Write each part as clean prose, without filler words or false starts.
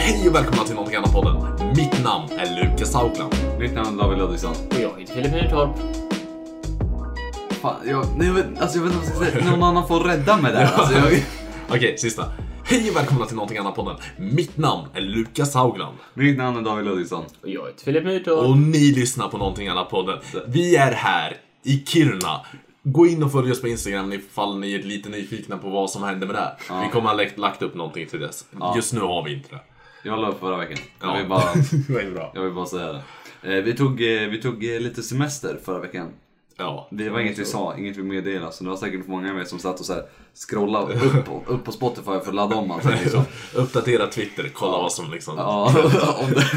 Hej och välkomna till någonting annat podden. Mitt namn är Lukas Haugland. Mitt namn är David Ludvigsson. Och jag heter Filip Nyrtorp. Fan, jag vet inte vad jag ska säga. Någon annan får rädda mig där. Okej, sista. Hej och välkomna till någonting annat podden. Mitt namn är Lukas Haugland. Mitt namn är David Ludvigsson. Och jag heter Filip Nyrtorp. Och ni lyssnar på någonting annat podden. Vi är här i Kiruna. Gå in och följ oss på Instagram ifall ni är lite nyfikna på vad som händer med det här. Ja. Vi kommer ha lagt upp någonting till dess. Ja. Just nu har vi inte det. Jag la upp förra veckan. Ja. Jag vill bra. bara säga det. Vi tog lite semester förra veckan. Ja. Det var inget vi sa, inget vi meddelade. Så det var säkert många med som satt och så här scrollade upp på Spotify för att ladda om allt. Liksom. Uppdatera Twitter, kolla vad som liksom... Ja, om det.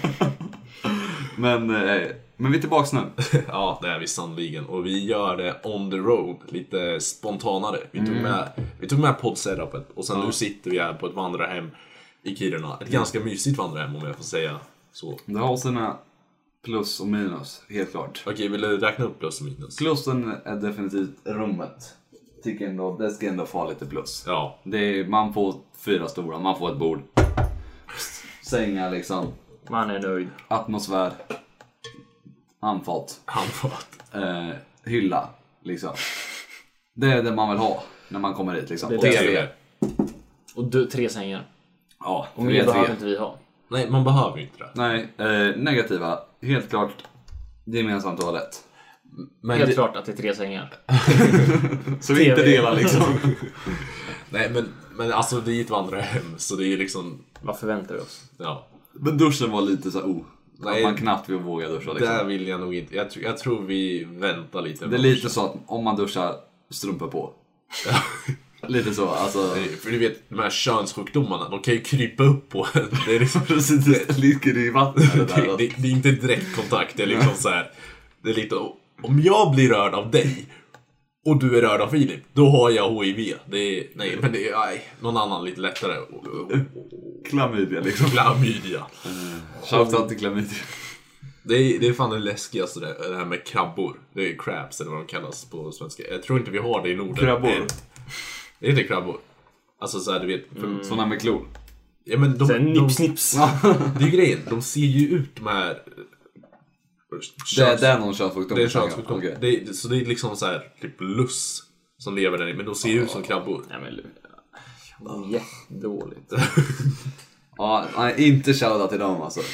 Men vi är tillbaka nu. Ja, det är vi sannoliken. Och vi gör det on the road, lite spontanare. Vi tog med poddserapet. Och sen nu sitter vi här på ett vandrarhem i Kiruna. Ett ganska mysigt vandrarhem om jag får säga så. Det har sina plus och minus, helt klart. Okej, vill du räkna upp plus och minus? Plussen är definitivt rummet. Tycker ändå, det ska ändå få lite plus. Ja. Man får 4 stora, man får ett bord. Sängar liksom. Man är nöjd. Atmosfär. Handfat. Hylla liksom. Det är det man vill ha när man kommer hit liksom. Det är Och det. TV. Och 3 sängar. Ja, Och mer behöver inte vi ha. Nej, man behöver ju inte det. Nej, negativa. Helt klart gemensam toalett. Men Helt det... klart att det är 3 sängar. Så vi inte delar liksom. Nej, men alltså det är ett vandrarhem. Så det är liksom... Vad förväntar vi oss? Ja. Men duschen var lite så Nej, att man knappt vill våga duscha liksom. Där vill jag nog inte. Jag tror vi väntar lite. Det är lite så att om man duschar, strumpor på. Lite så, alltså. För du vet, de här könssjukdomarna, de kan ju krypa upp på en. Det är liksom... Det ligger i vattnet där. det är inte direkt kontakt. Det är liksom så här. Det är lite... Om jag blir rörd av dig och du är rörd av Filip, då har jag HIV. Det är... Nej, men det är... någon annan lite lättare. Klamydia liksom. Klamydia. Shoutout till klamydia. Det är fan det läskigaste det här med krabbor. Det är crabs eller vad de kallas på svenska. Jag tror inte vi har det i Norden. Krabbor. Det är inte krabbor. Alltså så här, du vet. Såna med klor. Ja, men Sen nips. det är ju grejen. De ser ju ut de här... Det är någon könssjukdom. Det är könssjukdom. Okay. Så det är liksom så här typ luss som lever där i. Men de ser ju ut som krabbor. Nej men det är jättedåligt. Ja, nej, inte shoutout till dem alltså.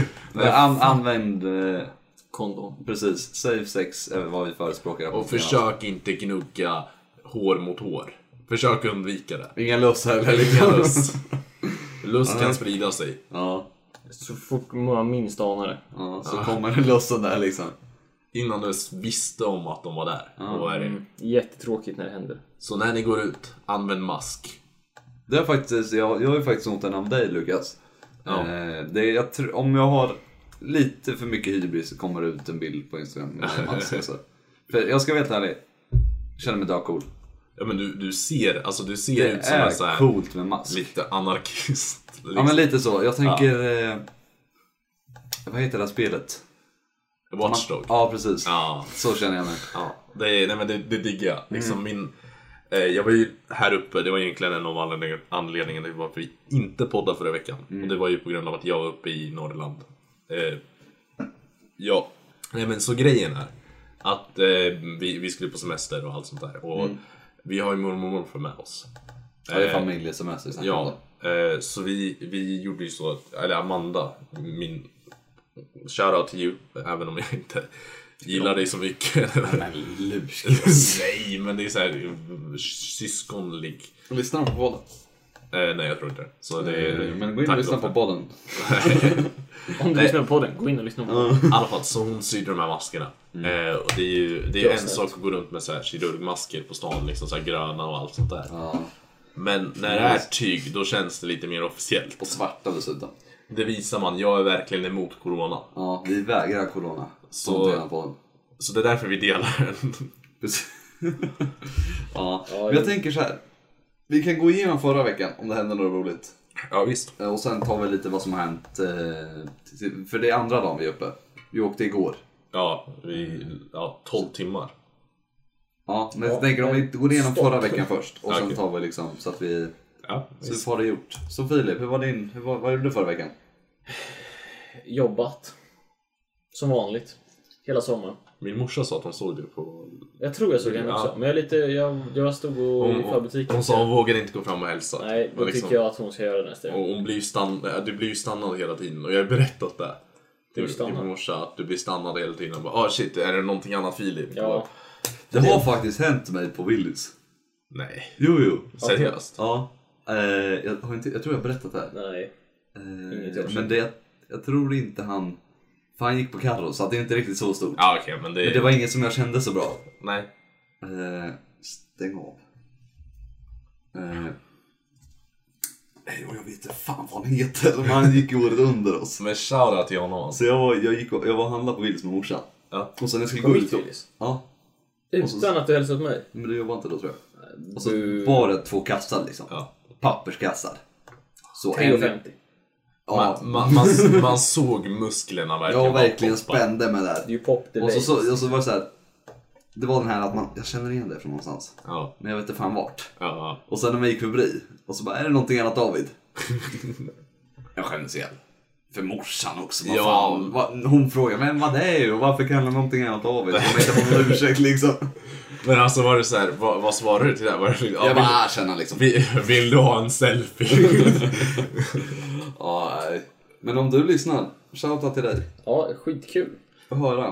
Använd Kondom. precis, safe sex är vad vi förespråkar. Och försök inte gnugga hår mot hår. Försök undvika det. Inga luss heller Ingen liksom. luss. Luss kan sprida sig. Ja, Så fort man minst anar det. ja, så kommer lussen där liksom. Innan du visste om att de var där. Då är det. Jättetråkigt när det händer. Så när ni går ut, använd mask. Det är faktiskt, jag är faktiskt ont av dig Lukas. Ja. Om jag har lite för mycket hybris så kommer det ut en bild på Instagram med mask, alltså. För jag ska veta ärligt, känner mig cool. Ja, men du ser ut som Det en så är här coolt med mask. lite anarkist. Liksom. Ja men lite så, jag tänker vad heter det här spelet? Watchdog. Ja precis, Ja. så känner jag mig. Ja, det diggar jag. Liksom jag var ju här uppe, det var egentligen en av anledningen till varför vi inte poddade förra veckan. Och det var ju på grund av att jag var uppe i Norrland. Ja, nej men så grejen är att vi skulle på semester och allt sånt där. Och vi har ju mormor och morfar med oss. Ja, det är familjesemester. Ja, så vi gjorde ju så att, eller Amanda, min shoutout till you, även om jag inte gillar dig så mycket. Men Lukas. Nej, men det är så här syskonlig. Lyssnar de på podden? Nej, jag tror inte det. Så det är, men gå in och lyssna på podden. Om du lyssnar på den, gå in och lyssna på den. I alla fall, så hon sydde de här maskerna. Och det är ju en sak att gå runt med så här kirurgmasker på stan, liksom så här gröna och allt sånt där. Ja. Men när det är tyg, då känns det lite mer officiellt. Och svarta dessutom. Det visar man, jag är verkligen emot corona. Ja, vi vägrar corona. Så det är därför vi delar den. Ja, men jag tänker så här. Vi kan gå igenom förra veckan om det hände något roligt. Ja, visst. Och sen tar vi lite vad som har hänt. För det är andra dagen vi är uppe. Vi åkte igår. Ja, 12 timmar. Ja, men jag tänker om vi går igenom förra veckan först. Och sen tar vi liksom så att vi Ja. Så har det gjort. Så Filip, vad gjorde du förra veckan? Jobbat. Som vanligt. Hela sommaren. Min morsa sa att hon såg det på... Jag tror jag såg henne också. Men jag stod i förbutiken. Hon sa hon vågade inte gå fram och hälsa. Nej, då liksom, tycker jag att hon ska göra det nästa gång. Och hon blir du blir ju stannad hela tiden. Och jag har berättat det. Till min morsa att du blir stannad hela tiden. Bara, shit, är det någonting annat Filip? Ja. Det har faktiskt hänt mig på Willys. Nej. Jo. Seriöst? Ja. Jag tror jag har berättat det här. Nej. Men jag tror inte han... För han gick på Carro, så att det är inte riktigt så stort. Ja, okej, men det var inget som jag kände så bra. Nej. Stäng av. Nej, jag vet inte fan vad han heter. Men han gick året under oss. Men shoutout till honom. Så jag var och handlade på Willys med morsan. Ja. Och sen jag skulle På gå mitt ut och... Willys? Ja. Utan att du hälsade åt mig? Men det jobbar inte då tror jag. Och så bara 2 kassar liksom. Ja. Papperskassar. Så 3,50. Ja. Man såg musklerna verkligen. Jag verkligen spände mig där. Det är ju pop och så var det så här. Det var den här att jag känner igen det från någonstans. Ja. Men jag vet inte fan vart. Ja. Och sen när man gick förbi. Och så bara, är det någonting annat David? Jag skämdes igen. För morsan också. Ja. Fan. Hon frågade, men vad det är och varför kallar någonting annat David? Som inte får någon ursäkt liksom. Men alltså var det så här, vad svarade du till det här? Jag bara känner liksom. Vill du ha en selfie? Ja, nej. Men om du lyssnar, shoutout till dig. Ja, skitkul. Få höra.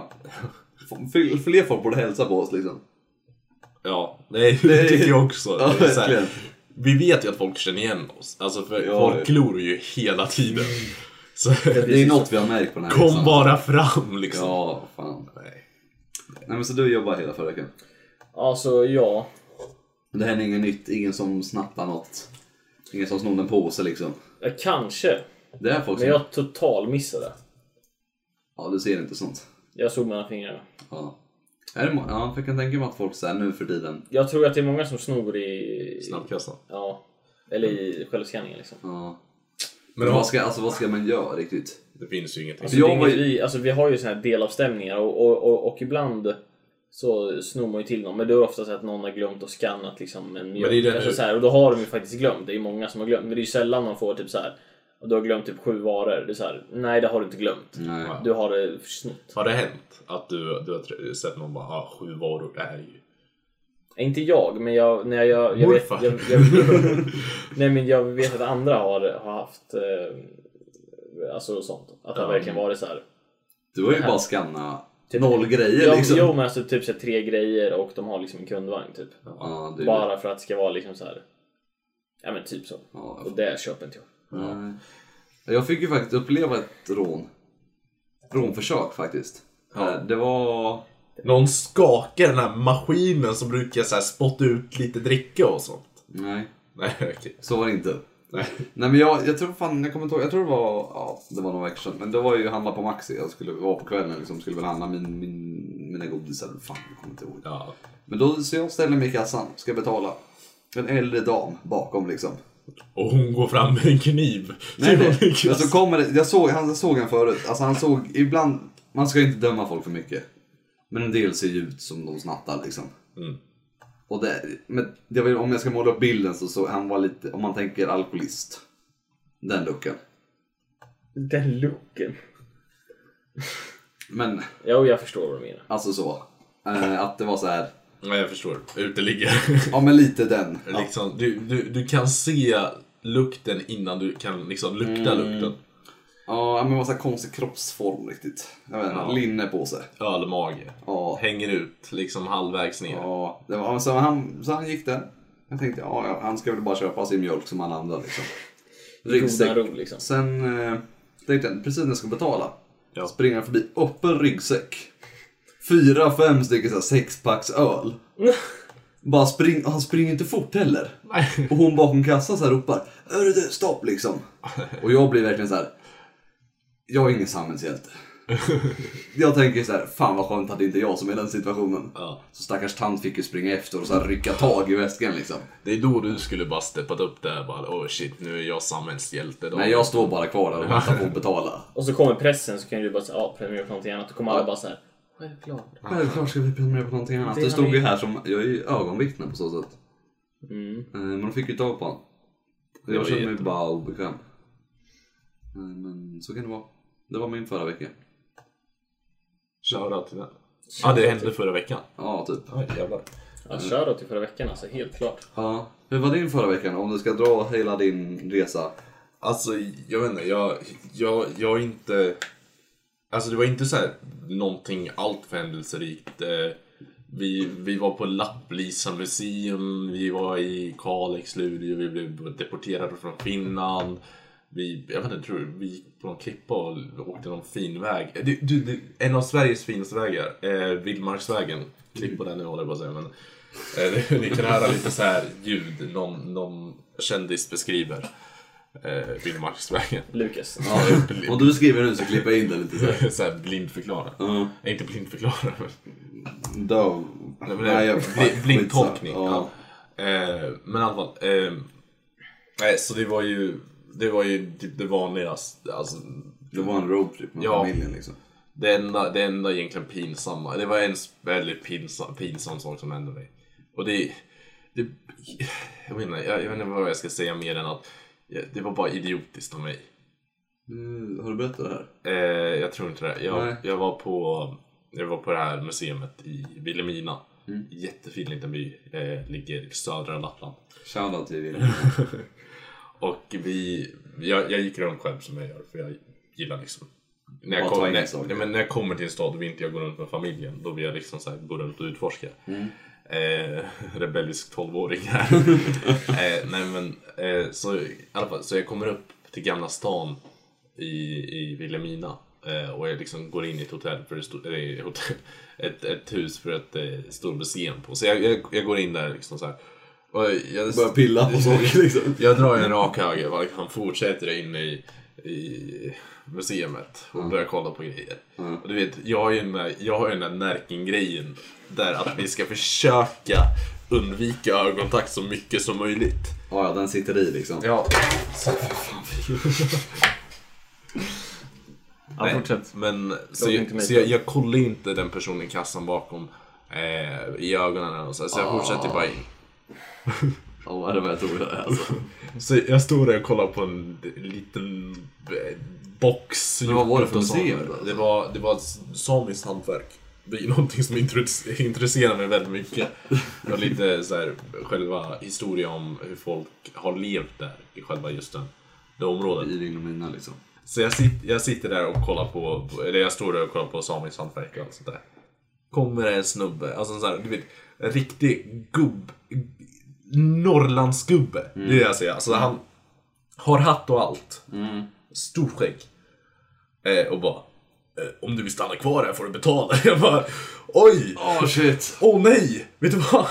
Fler folk borde hälsa på oss liksom. Ja, det tycker jag också. Ja, det är så här, verkligen. vi vet ju att folk känner igen oss. Alltså för folk glor ju hela tiden. Så, det är något vi har märkt på den här kom resan. bara fram liksom. Ja, fan. Nej, men så du jobbar hela förra veckan? Alltså, ja. Det här är inget nytt, ingen som snattar något. Ingen som snor en påse liksom. Kanske. Det är folk Men som... jag total missade. Ja, du ser inte sånt. Jag såg mellan fingrarna. Ja. Är det för jag kan tänka mig att folk säger nu för tiden. Jag tror att det är många som snor i... Snabbkassan. Ja. Eller i självskanningen liksom. Ja. Men vad ska man göra riktigt? Det finns ju ingenting. Vi har ju såna här delavstämningar och ibland så snor man ju till någon. Men det är ofta så att någon har glömt att scanna liksom en mjölk. Alltså, så här, och då har de ju faktiskt glömt. Det är många som har glömt. Men det är ju sällan man får typ så här. Och du har glömt typ 7 varor. Det är så här, nej det har du inte glömt. Nej. Du har det snott. Har det hänt att du har sett någon bara 7 varor det här är ju... Inte jag, men jag vet nej men jag vet att andra har haft alltså sånt. Att det verkligen varit så här. Du har ju bara scanna typ, 0 grejer liksom. Jo, men alltså typ så 3 grejer och de har liksom en kundvagn typ. Ja, bara för att det ska vara liksom så här. Ja men typ så. Ja, och det köper inte jag. Ja. Jag fick ju faktiskt uppleva ett rånförsök faktiskt. Ja. Det var... Någon skakar den här maskinen som brukar så här spotta ut lite dricka och sånt. Nej. Nej, okej. Så var det inte. Nej. Nej, men jag tror fan, jag kommer inte ihåg, jag tror det var några veckor sedan. Men det var ju handla på Maxi. Jag skulle vara på kvällen liksom, skulle väl handla mina godisar. Fan, jag kommer inte ihåg. Ja. Men då så jag ställer mig i kassan, ska betala. En äldre dam bakom liksom. Och hon går fram med en kniv. Nej. Alltså kommer det, jag såg han förut. Alltså han såg ibland, man ska inte döma folk för mycket. Men en del ser ju ut som de snattar liksom. Mm. Och det var, om jag ska måla upp bilden så han var lite, om man tänker alkoholist. Den looken. Den looken. Men ja, jag förstår vad du menar. alltså så att det var så här. Ja, jag förstår. Uteliggare. Ja, men lite den. Liksom, du kan se lukten innan du kan liksom lukta lukten. Ja, men det var så här konstig kroppsform riktigt. Jag vet inte, linne på sig. Ölmage. Ja. Hänger ut liksom halvvägs ner. Ja, det var, så han gick där. Jag tänkte, ja, han ska väl bara köpa sin mjölk som alla andra liksom. Ryggsäck. Ro, liksom. Sen tänkte jag, precis när jag ska betala. Ja. Springer han förbi, öppen ryggsäck. 4-5 stycken så här 6-packs öl. Bara han springer inte fort heller. Nej. Och hon bakom kassan så här ropar, är det stopp liksom. Och jag blir verkligen så här. Jag är ingen samhällshjälte. Jag tänker så här, fan vad skönt att det inte är jag som är i den situationen. Ja. Så stackars tant fick ju springa efter och så här rycka tag i väskan liksom. Det är då du skulle bara steppat upp där. Bara, oh shit, nu är jag samhällshjälte. Då. Nej, jag står bara kvar där och väntar på att betala. Och så kommer pressen så kan du bara säga, ja, prenumerera på någonting annat. Då kommer alla bara så här, självklart. Självklart ska vi prenumerera på någonting annat. Det stod ju här som, jag är ju ögonvittne på så sätt. Men de fick ju tag på honom. Jag kände mig bara obekväm. Men så kan det vara. Det var min förra vecka. Shoutout till den. Ja, det hände förra veckan. Ja, typ. Ja, jävlar. Ja, shoutout till förra veckan, alltså helt klart. Ja. Hur var din förra veckan? Om du ska dra hela din resa. Alltså, jag vet inte, jag inte... Alltså det var inte så här någonting allt för händelserikt. Vi var på Lapplisa museum, vi var i Kalix Luleå, vi blev deporterade från Finland. Jag vet inte, tror vi gick på någon klippa och åkte någon fin väg. En av Sveriges finaste vägar, Vildmarksvägen. Klipp på den nu håller jag på att säga, men ni kan höra lite så här ljud någon kändis beskriver. Vildmarksvägen. Lukas. Ja, om du skriver nu så klipper jag in det lite så här. Så här blindförklara. Inte blindförklara. Då. Blindtolkning. Ja. Men i alla fall. Så det var ju typ det vanligaste. Alltså, det var en roadtrip med familjen liksom. Det enda egentligen pinsamma. Det var en väldigt pinsam sak som hände mig. Och jag vet inte vad jag ska säga mer än att det var bara idiotiskt av mig. Har du berättat det här? Jag tror inte det. Jag var på det här museet i Vilhelmina. Jättefin liten by. Ligger i södra Lappland. Shoutout till Vilhelmina. Och jag gick runt själv som jag gör. För jag gillar liksom. När jag kommer till en stad och vill inte jag gå runt med familjen. Då vill jag liksom så här, gå runt och utforska. Rebellisk 12-åring här. Så i alla fall, så jag kommer upp till Gamla stan i Vilhelmina. Och jag liksom går in i ett hotell för ett hus för ett stort museum på. Så jag går in där liksom så här. Och jag börjar pilla på saker liksom. Jag drar en rak höger och han fortsätter in i museet och börjar kolla på grejer. Och du vet, jag har ju den där Närking-grejen där att vi ska försöka undvika ögonkontakt så mycket som möjligt. Ja, den sitter i liksom. Ja. Nej, fortsätt. Men så jag kollar inte den personen i kassan bakom i ögonen och så jag fortsätter bara in. Ja, vad är det med jag tror jag alltså. Så jag stod där och kollade på en liten box. Men vad var det för museum? Det var samiskt hantverk. Det är någonting som intresserar mig väldigt mycket. Det var lite så här, själva historia om hur folk har levt där i själva just det området. I Vilhelmina liksom. Så jag sitter där och kollar på, eller jag står där och kollar på samiskt hantverk och allt sånt där. Kommer en snubbe, alltså så här, du vet, en riktig Norrlandsgubbe, det är det jag säger. Alltså han har hatt och allt. Stor skägg. Och bara, om du vill stanna kvar här får du betala. Jag bara, oj! Shit. Nej! Vet du vad?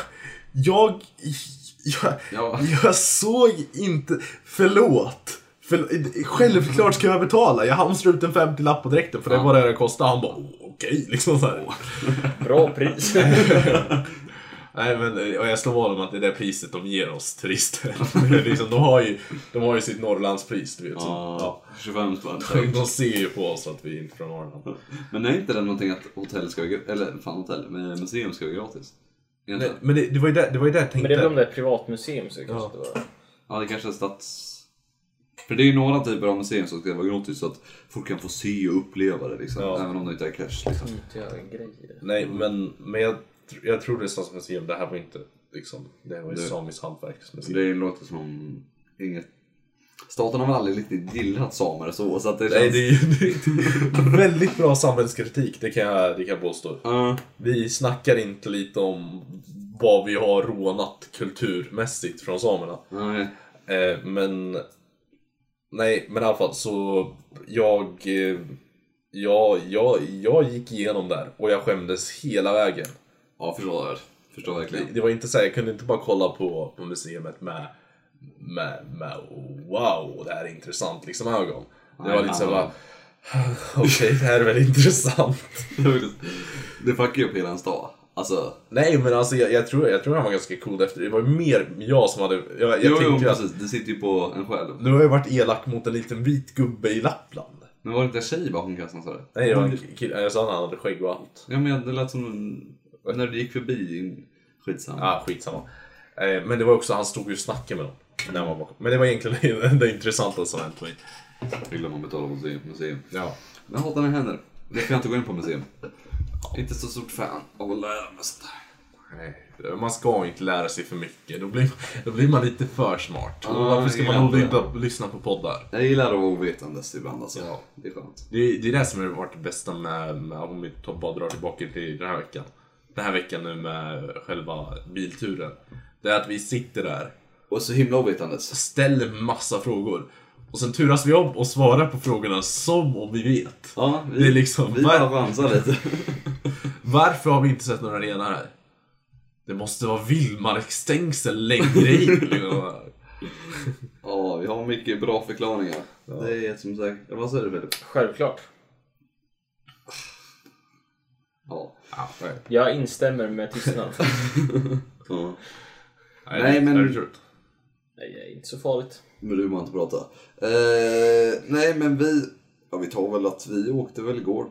Jag såg inte, förlåt. Självklart ska jag betala. Jag hamstrade ut en 50-lapp på direkten för det var det kostade. Han bara, okej, liksom så här. Bra pris. Nej, men och jag slår vad om att det är det priset de ger oss turister. Liksom, de har ju sitt Norrlandspris, du vet. Ja, 25 spänn. De ser ju på oss att vi är inte från Norrland. Men är inte det någonting att hotell ska vara, eller fan hotell, men museum ska vara gratis? Nej, men det var ju där jag tänkte. Men det är väl om det är ett privatmuseum så kanske det var. Ja, det kanske är För det är ju några typer av museum som ska vara gratis så att folk kan få se och uppleva det liksom. Även om det inte är cash liksom. Nej, men jag tror det är Statens museum. Det här var inte liksom, det var ju samiskt hantverksmuseum. Det låter som inget. Staten har väl aldrig riktigt gillat samer så att det känns. Nej, det är väldigt bra samhällskritik, det kan jag påstå. Vi snackar inte lite om vad vi har rånat kulturmässigt från samerna. Men i alla fall så jag gick igenom där och jag skämdes hela vägen. Ja, förstår verkligen. Det var inte så här, jag kunde inte bara kolla på museet med wow, det här är intressant liksom ögon. Det var lite så bara okej, det här är väl intressant. Det fuckade upp hela en stad. Alltså. Nej, men alltså jag tror han var ganska cool efter. Det var mer jag som hade jo, precis. Det sitter ju på en själv. Nu har jag varit elak mot en liten vit gubbe i Lappland. Men var det inte en tjej bakom kassan så? Nej, det var en kille. Jag sa att han hade skägg och allt. Ja, men det lät som när du gick förbi. Skitsamma. Ja, skitsamma. Men det var också, han stod ju och snackade med dem. När man var bakom. Men det var egentligen det intressanta som hänt mig. Jag glömmer att betala museum. Ja. Men jag hatar när det händer. Det får jag inte gå in på museum. Inte så stort fan av att lära mig sånt där. Nej, man ska inte lära sig för mycket. Då blir man lite för smart. Varför ska man hålla lyssna på poddar? Jag gillar att vara ovetandes ibland alltså. Ja. Det är skönt. Det är det som har varit det bästa med om vi bara drar tillbaka till den här veckan. Den här veckan nu med själva bilturen. Det är att vi sitter där. Och så himla ovetandes. Ställer massa frågor. Och sen turas vi om och svarar på frågorna som om vi vet. Ja, det är liksom, vi bara chansar lite. Varför har vi inte sett några renar här? Det måste vara vildmarksstängsel längre in. Ja, vi har mycket bra förklaringar. Ja. Det är som sagt... Vad säger du, Filip? Självklart. Ja. Jag instämmer med tystnad. Ja. Nej, men... Är det trött? Nej, det är inte så farligt. Men du må inte prata. Nej, men vi... Ja, vi tar väl att vi åkte väl igår.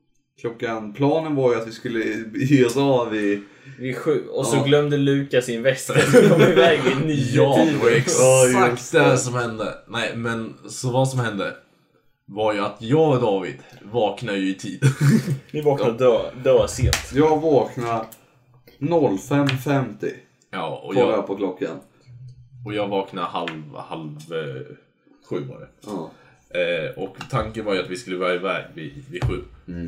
Planen var ju att vi skulle ge oss av vid 7. Och så glömde Lukas sin väst. Så kom iväg vid 9. Ja, det var exakt det som hände. Nej, men så vad som hände var ju att jag och David vaknade ju i tid. Ni vaknade dö sent. Jag vaknade 05.50. Ja, och jag på klockan. Och jag vaknade halv 7 var det. Ja. Och tanken var ju att vi skulle vara iväg vid 7.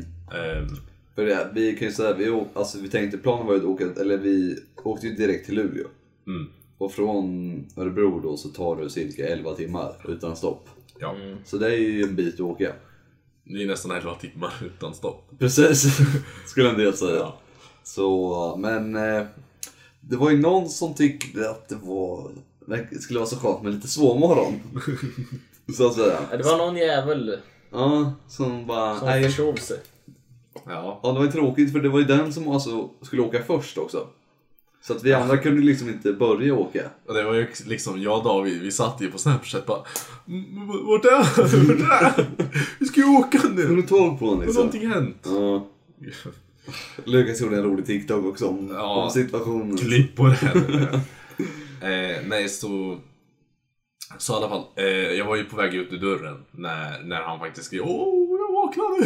För det, vi kan ju säga, vi tänkte planen var ju att åka, eller vi åkte ju direkt till Luleå. Och från Örebro då så tar det cirka 11 timmar utan stopp. Ja. Så det är ju en bit att åka. Det är nästan 11 timmar utan stopp. Precis, skulle en del säga. Ja. Så, men det var ju någon som tyckte att det skulle vara så skönt med lite sovmorgon. Så att säga. Det var någon jävel. Ja, som bara... Som försov sig. Ja, det var ju tråkigt för det var ju den som alltså skulle åka först också. Så att vi andra kunde liksom inte börja åka. Och det var ju liksom, jag och David, vi satt ju på Snapchat bara... Vart är? Vi ska ju åka nu. Har du tag på den liksom? Har någonting hänt? Ja. Lukas gjorde en rolig TikTok också om situationen. Klipp på det. Nej, så i alla fall, jag var ju på väg ut ur dörren när han faktiskt skrev jag vaknade.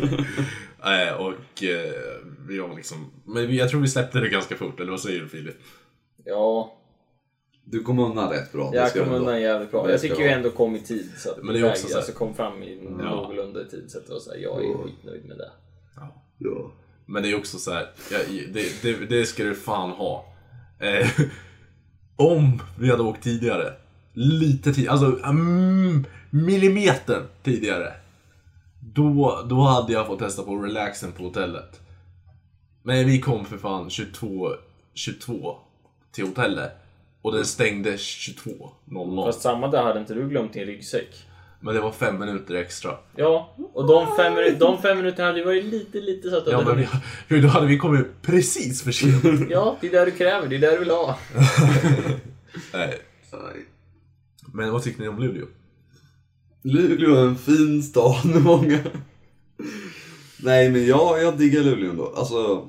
Och vi var liksom, men jag tror vi släppte det ganska fort, eller vad säger du, Filip? Ja. Du kom undan rätt bra. Jag kom undan jävligt bra. Jag tycker ju ändå kom i tid så att men det är också så alltså kom fram i någorlunda tid så att jag är skitnöjd med det. Ja. Men det är också så här, det ska du fan ha. Om vi hade åkt tidigare, lite tidigare, alltså millimeter tidigare, då hade jag fått testa på relaxen på hotellet. Men vi kom för fan 22 till hotellet och den stängde 22:00. Fast samma där hade inte du glömt din ryggsäck. Men det var 5 minuter extra. Ja, och de 5 minuterna hade ju varit lite så att... Ja, men då hade vi kommit precis för sent. Ja, det är där du kräver, det är där du vill ha. Nej. Men vad tycker ni om Luleå? Luleå är en fin stad med många. Nej, men jag diggar Luleå ändå. Alltså,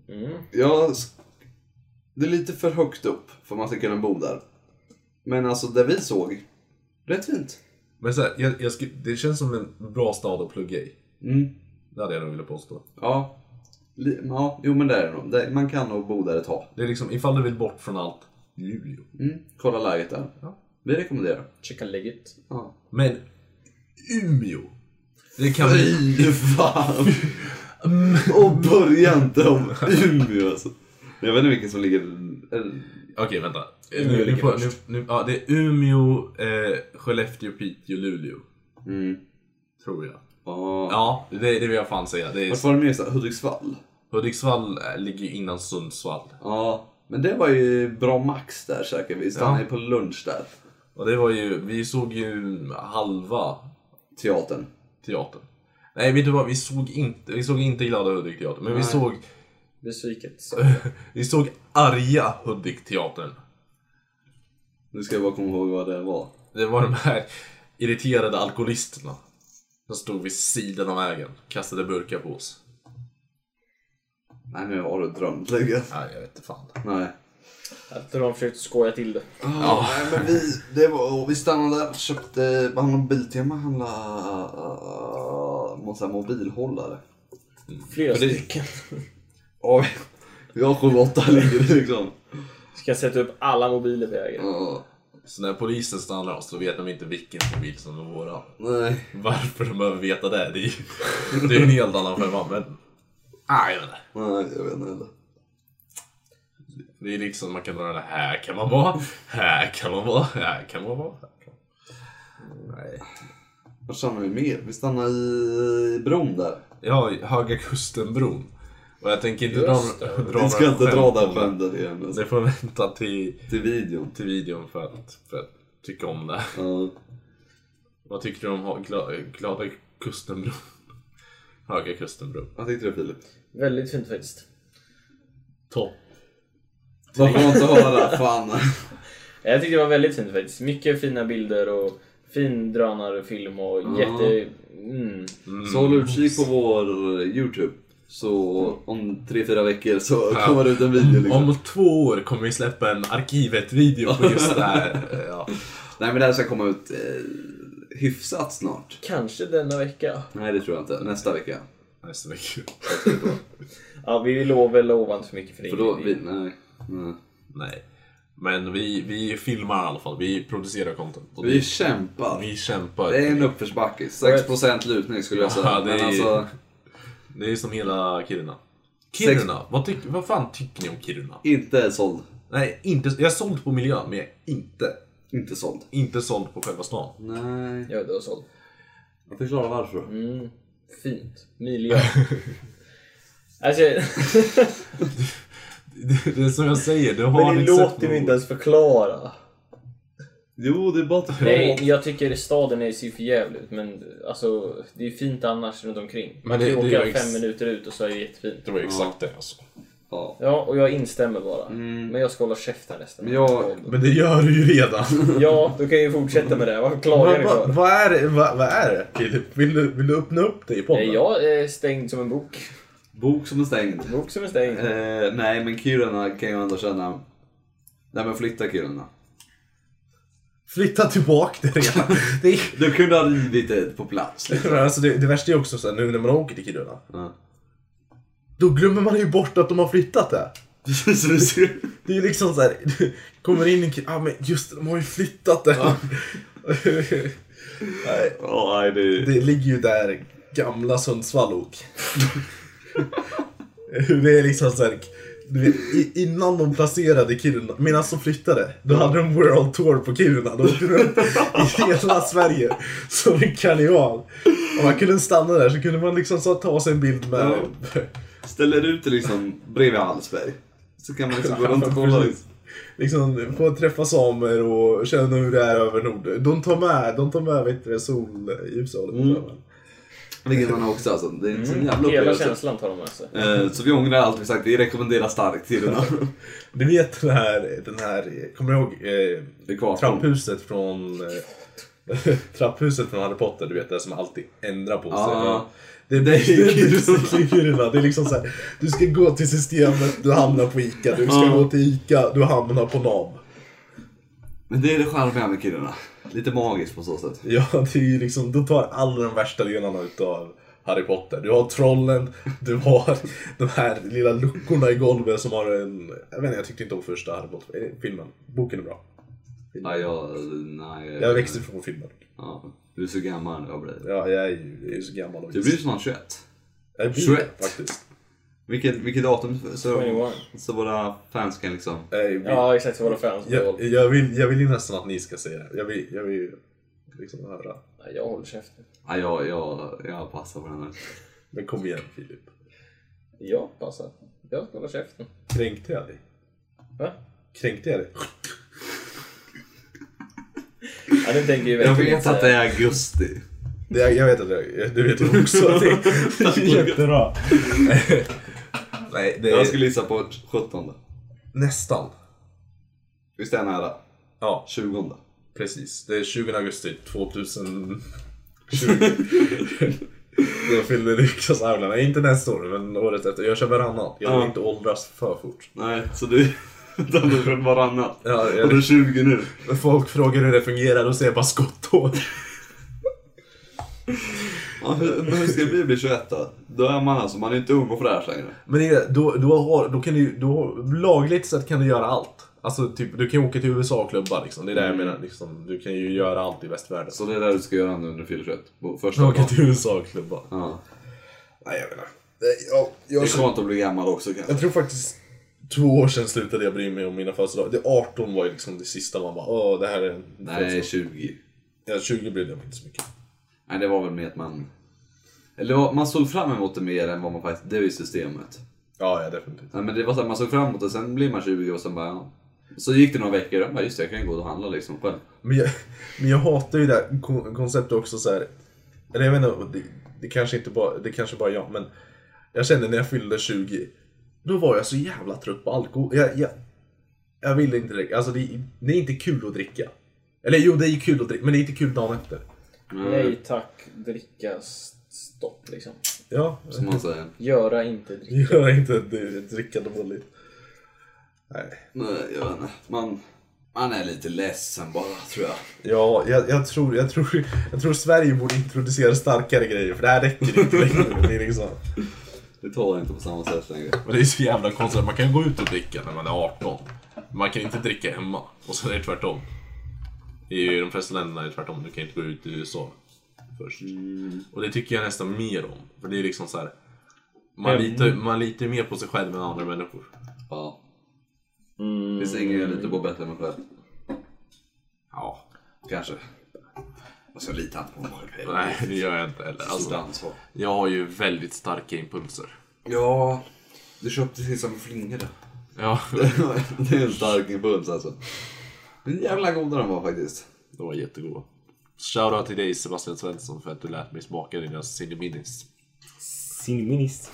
det är lite för högt upp för man ska kunna bo där. Men alltså, det vi såg, rätt fint. Men så här, det känns som en bra stad att plugga i. Det hade jag nog velat påstå. Ja, jo men det är det nog. Man kan nog bo där ett tag. Det är liksom, ifall du vill bort från allt, Luleå. Kolla läget där. Ja. Vi rekommenderar. Checka läget. Ja. Men Umeå, det kan bli... fan. Och börja inte om Umeå alltså. Jag vet inte vilken som ligger... Okej, vänta. Ja, det är Umeå, Skellefteå, Piteå, Luleå. Tror jag. Ja, det vill jag fan säga. Vart var det mer så? Hudiksvall? Hudiksvall ligger ju innan Sundsvall. Ja, men det var ju bra max där säkert. Vi stannade på lunch där. Och det var ju, vi såg ju halva teatern. Nej, vet du vad, vi såg inte Glada Hudik-teatern, men vi såg besviket. Vi såg arga Hudik-teatern. Nu ska jag bara komma ihåg vad det var. Det var de här irriterade alkoholisterna som stod vid sidan av vägen, kastade burkar på oss. Nej, men har du drömt lägga? Nej, jag vet inte fan. Nej. Jag tror de försökte skoja till det. Ja, nej, men vi stannade där och köpte Biltema handlade mobilhållare. Flera stycken. Ja, vi har 7-8 ligger liksom. Ska jag sätta upp alla mobiler på vägen. Så när polisen stannar oss så vet de inte vilken mobil som är våra. Nej. Varför de behöver veta det? Det är en helt annan femma, men... jag vet inte. Nej, jag vet inte heller. Det är liksom, man kan dra det här kan man vara, här kan man vara, här kan man vara. Nej. Vad stannar vi mer? Vi stannar i bron där. Ja, Höga Kusten-bron. Och jag tänker inte dra vi ska inte dra den skämtet igen. Alltså. Det får vänta till videon för att tycka om det. Ja. Vad tycker du om Glada Kusten-bron? Höga Kusten-bron. Vad tyckte du, Filip? Väldigt fint faktiskt. Topp. Varför man inte höra det? Fan. Jag tyckte det var väldigt fint faktiskt. Mycket fina bilder och fin drönarfilm och jätte... Så håll utkik på vår YouTube. Så om 3-4 veckor så kommer det ut en video liksom. Om 2 år kommer vi släppa en arkivet-video på just det här. Ja. Nej, men det här ska komma ut hyfsat snart. Kanske denna vecka. Nej, det tror jag inte. Nästa vecka. Ja, vi lovar inte för mycket för det. För då, Nej. Men vi filmar i alla fall. Vi producerar content. Vi kämpar. Det är en uppförsbacke. 6% lutning skulle jag säga. Det är som hela Kiruna. Vad fan tycker ni om Kiruna? Inte såld. Nej, inte. Jag är såld på miljön, men jag är inte såld. Inte såld på själva stan. Nej. Ja, det var såld. Jag förklarar varför. Fint. Miljö. Alltså... det är som jag säger. Men ni låter mig inte ens förklara. Jo, det är bara att... Nej, jag tycker staden ser för jävligt. Men alltså, det är fint annars runt omkring. Man kan åka 5 minuter ut och så är det jättefint. Det var exakt det alltså. Ja, och jag instämmer bara. Men jag ska hålla käft här nästan. Men det gör du ju redan. Ja, då kan jag ju fortsätta med det. Varför klagar ni för? Vad är det, Filip? Vill du öppna upp dig i podden? Nej, jag är stängd som en bok. Bok som är stängd. Nej, men Kiruna kan jag ändå känna. Nej, men flytta Kiruna. Flytta tillbaka det redan. Du kunde ha rivit det på plats. Liksom. Alltså det värsta är också så här, nu när man åker till Kiruna. Då glömmer man ju bort att de har flyttat det. Det är liksom så här, du kommer in i men just det, de har ju flyttat det. Nej. Det ligger ju där gamla Sundsvallok. Det är liksom så här, du vet, innan de placerade Kiruna, medan de flyttade, då hade de World Tour på Kiruna. De åkte runt i hela Sverige som en karneval. Om man kunde stanna där så kunde man liksom så ta sig en bild med... Ställer ut det liksom bredvid Hallsberg. Så kan man liksom gå runt och kolla. Liksom få träffa samer och känna hur det är över Nord. De tar med vet du, solljushållet. Vilket man också alltså. Det är en sån jävla hela känslan tar de med sig. Så vi ångrar allt vi sagt. Vi rekommenderar starkt till den. Du vet den här kommer du ihåg trapphuset från Harry Potter, du vet det som alltid ändrar på sig. Det är Kiruna. Det är liksom så här, du ska gå till systemet, du hamnar på Ica. Du ska gå till Ica, du hamnar på NAB. Men det är det charmiga med Kiruna. Lite magiskt på så sätt. Ja, det är ju liksom, då tar alla de värsta delarna utav Harry Potter. Du har trollen, du har de här lilla luckorna i golvet som har en... Jag tyckte inte om första Harry Potter-filmen. Boken är bra. Jag växte från filmen. Ja, du är så gammal nu, jag blir. Ja, jag är ju så gammal också. Du blir snart 21. Jag blir 21 faktiskt. Vilket datum så våra fans kan liksom... Ja, exakt, så våra fans. Jag vill ju nästan att ni ska säga det. Jag vill liksom höra. Nej, jag håller käften. Ja, jag passar på den här. Men kom igen, Filip. Jag passar. Jag ska hålla käften. Kränkte jag dig? Va? Kränkte jag dig? Ja, nu tänker jag vet att det är augusti. Jag vet att du vet också att det är jättebra. Nej, jag skulle gissa på 17. Nästan. Visst är nära? Ja. 20. Precis, det är 20 augusti 2020. Då fyllde riksdagsavlarna. Inte nästa år, men året efter. Jag kör varannat. Jag vill inte åldras för fort. Nej, så du Utan det är varannat. Ja, och det är 20 nu. Folk frågar hur det fungerar och säger bara skotthår. Ja, hur ska det bli 21 då? Då är man alltså, man är inte ung och fräsch längre. Men då kan du lagligt sett kan du göra allt. Alltså typ, du kan ju åka till USA och klubba liksom. Det är det jag menar liksom. Du kan ju göra allt i västvärlden. Så det är det du ska göra nu under fyller 21? Första åka till USA och klubba. Ja. Nej, jag menar. Det är skönt att bli gammal också kanske. Jag tror faktiskt 2 år sedan slutade jag bry mig om mina födelsedagar. Det 18 var ju liksom det sista man bara, det här är en... Nej, 20. Ja, 20 brydde jag mig inte så mycket. Nej, det var väl med att man... Eller man såg fram emot det mer än vad man faktiskt... Det är ju systemet. Ja, definitivt. Nej, men det var så att man såg fram emot det, sen blir man 20 och sen bara... Ja. Så gick det några veckor och bara, just det, jag kan gå och handla liksom själv. Men jag hatar ju det här konceptet också så här. Eller jag vet inte, det kanske inte bara... Det kanske bara jag, men... Jag kände när jag fyllde 20... Då var jag så jävla trött på alkohol. Jag ville inte dricka. Alltså det är inte kul att dricka. Eller jo, det är ju kul att dricka, men det är inte kul dagen efter. Nej tack, dricka stopp liksom. Ja, som man säger. Göra inte dricka. Göra inte dricka dåligt. Nej, jag vet inte. Man är lite ledsen bara, tror jag. Ja, jag tror Sverige borde introducera starkare grejer, för det här räcker inte längre. Det är liksom... Det tar inte på samma sätt längre. Men det är så jävla konstigt. Man kan gå ut och dricka när man är 18. Man kan inte dricka hemma. Och så är det tvärtom. I de flesta länderna är det tvärtom. Du kan inte gå ut i USA först. Och det tycker jag nästan mer om. För det är liksom så här. Man litar mer på sig själv än andra människor. Ja. Det finns ingen jag litar på bättre än mig själv. Ja, kanske. Jag ska lita inte på mig själv. Nej, det gör jag inte heller. Alltså, jag har ju väldigt starka impulser. Ja, du köpte till som flingor då. Ja. Det är en stark impuls alltså. Men jävla goda de var faktiskt. De var jättegoda. Shoutout till dig Sebastian Svensson för att du lät mig smaka dina Cineminis. Cineminis.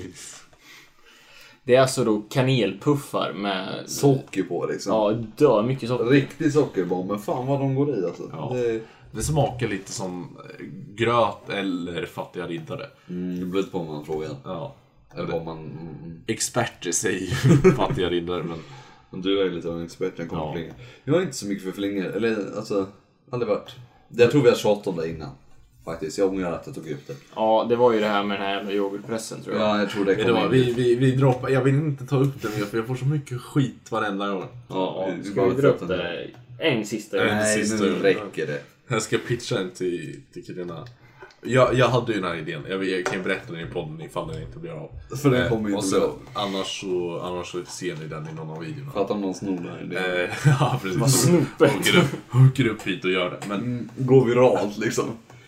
Det är alltså då kanelpuffar med socker på liksom. Ja, dör mycket socker. Riktig sockerbomb, men fan vad de går i alltså. Ja. Det smakar lite som gröt eller fattiga riddare. Det blir på man frågan. Ja. Eller vad man... Experter säger fattiga riddare, men du är lite av en expert när kommer flingor. Jag är inte så mycket för flingor, eller alltså, aldrig varit. Jag tror vi har tjatat om det innan. Faktiskt, jag ångrar att jag tog upp det. Ja, det var ju det här med den här yoghurtpressen tror jag. Ja, jag tror det kommer vi droppar, jag vill inte ta upp det mer för jag får så mycket skit varenda gång. Ja, ska vi dra upp det en sista? Nej, nu räcker det. Jag ska pitcha en till killarna. Jag hade ju den här idén. Jag kan berätta den i podden ifall den inte blir av. För den kommer ju inte bli av. Annars så ser ni den i någon av videorna. För att om någon snor den. Ja, precis. Vad snopet. Hugger upp hit och gör det. Men går viralt liksom.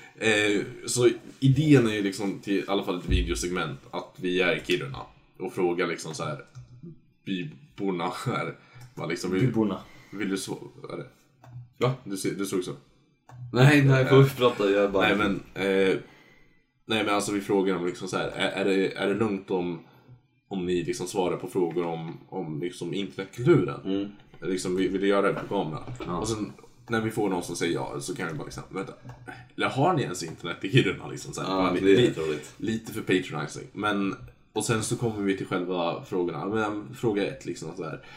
Så idén är ju liksom till i alla fall ett videosegment att vi är i Kiruna och frågar liksom så här byborna här. Liksom, byborna. Vill du så? Är det? Va? Du såg så? Nej, får vi prata. Jag bara... Nej men alltså vi frågar dem liksom så här. Är det lugnt om ni liksom svarar på frågor om liksom internetkulturen? Liksom, vill du göra det på kamera? Ja. Och sen när vi får någon som säger ja så kan vi bara liksom, vänta, eller har ni ens internet i Kiruna liksom så här, ja, lite för patronizing. Men och sen så kommer vi till själva frågorna. Men fråga 1 liksom så här.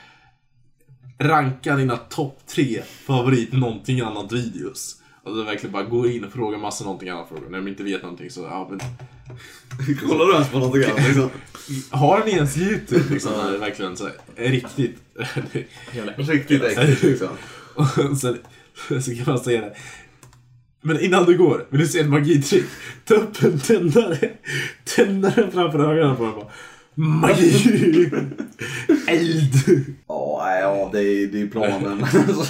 Ranka dina topp 3 favorit någonting annat videos. Alltså verkligen bara gå in och fråga massa någonting annat frågor. När de inte vet någonting så ja men kollar du ens på någonting annat liksom? Har ni ens YouTube liksom? Det är verkligen så här, riktigt riktigt äckligt liksom. Och sen så kan man säga det. Men innan du går, vill du se en magitrick? Ta upp en tändare framför ögonen på den. Magi! Eld! Ja, det är planen.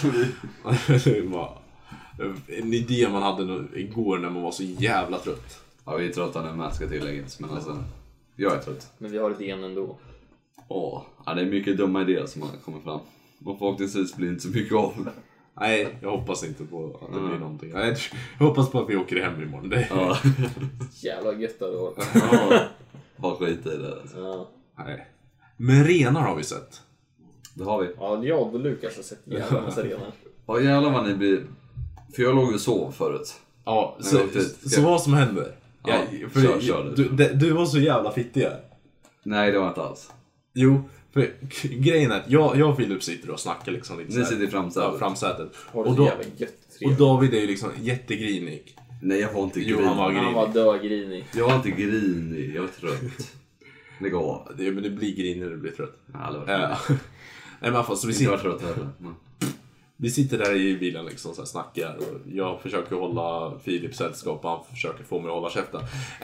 En idé man hade igår när man var så jävla trött. Ja, vi är trötta nu med, ska tilläggas. Men alltså, jag är trött. Men vi har idén ändå. Ja, det är mycket dumma idéer som har kommit fram. Och förhoppningsvis blir inte så mycket av. Nej, jag hoppas inte på att det blir någonting. Jag hoppas på att vi åker hem imorgon. Ja. Jävla gött det var. Ja, ha skit i det. Alltså. Ja. Nej. Men renar har vi sett. Det har vi. Ja, jag och Lukas har sett jävla massa renar. Ja, jävlar vad ni blir... För jag låg och sov förut. Ja, så vad som händer? Ja, du var så jävla fittig här. Nej, det var inte alls. Jo, För grejen är att jag och Filip sitter och snackar liksom lite. Ni sitter i framsätet. Ja, framsätet. Och David är ju liksom jättegrinig. Nej, jag var inte grinig. Han var dögrinig. Jag var inte grinig, jag var trött. Det går. Men det blir grinig när du blir trött. Ja, det var Nej, men så vi var trött heller. Vi sitter där i bilen liksom så här snackar och jag försöker hålla Filip sällskap och han försöker få mig att hålla käften.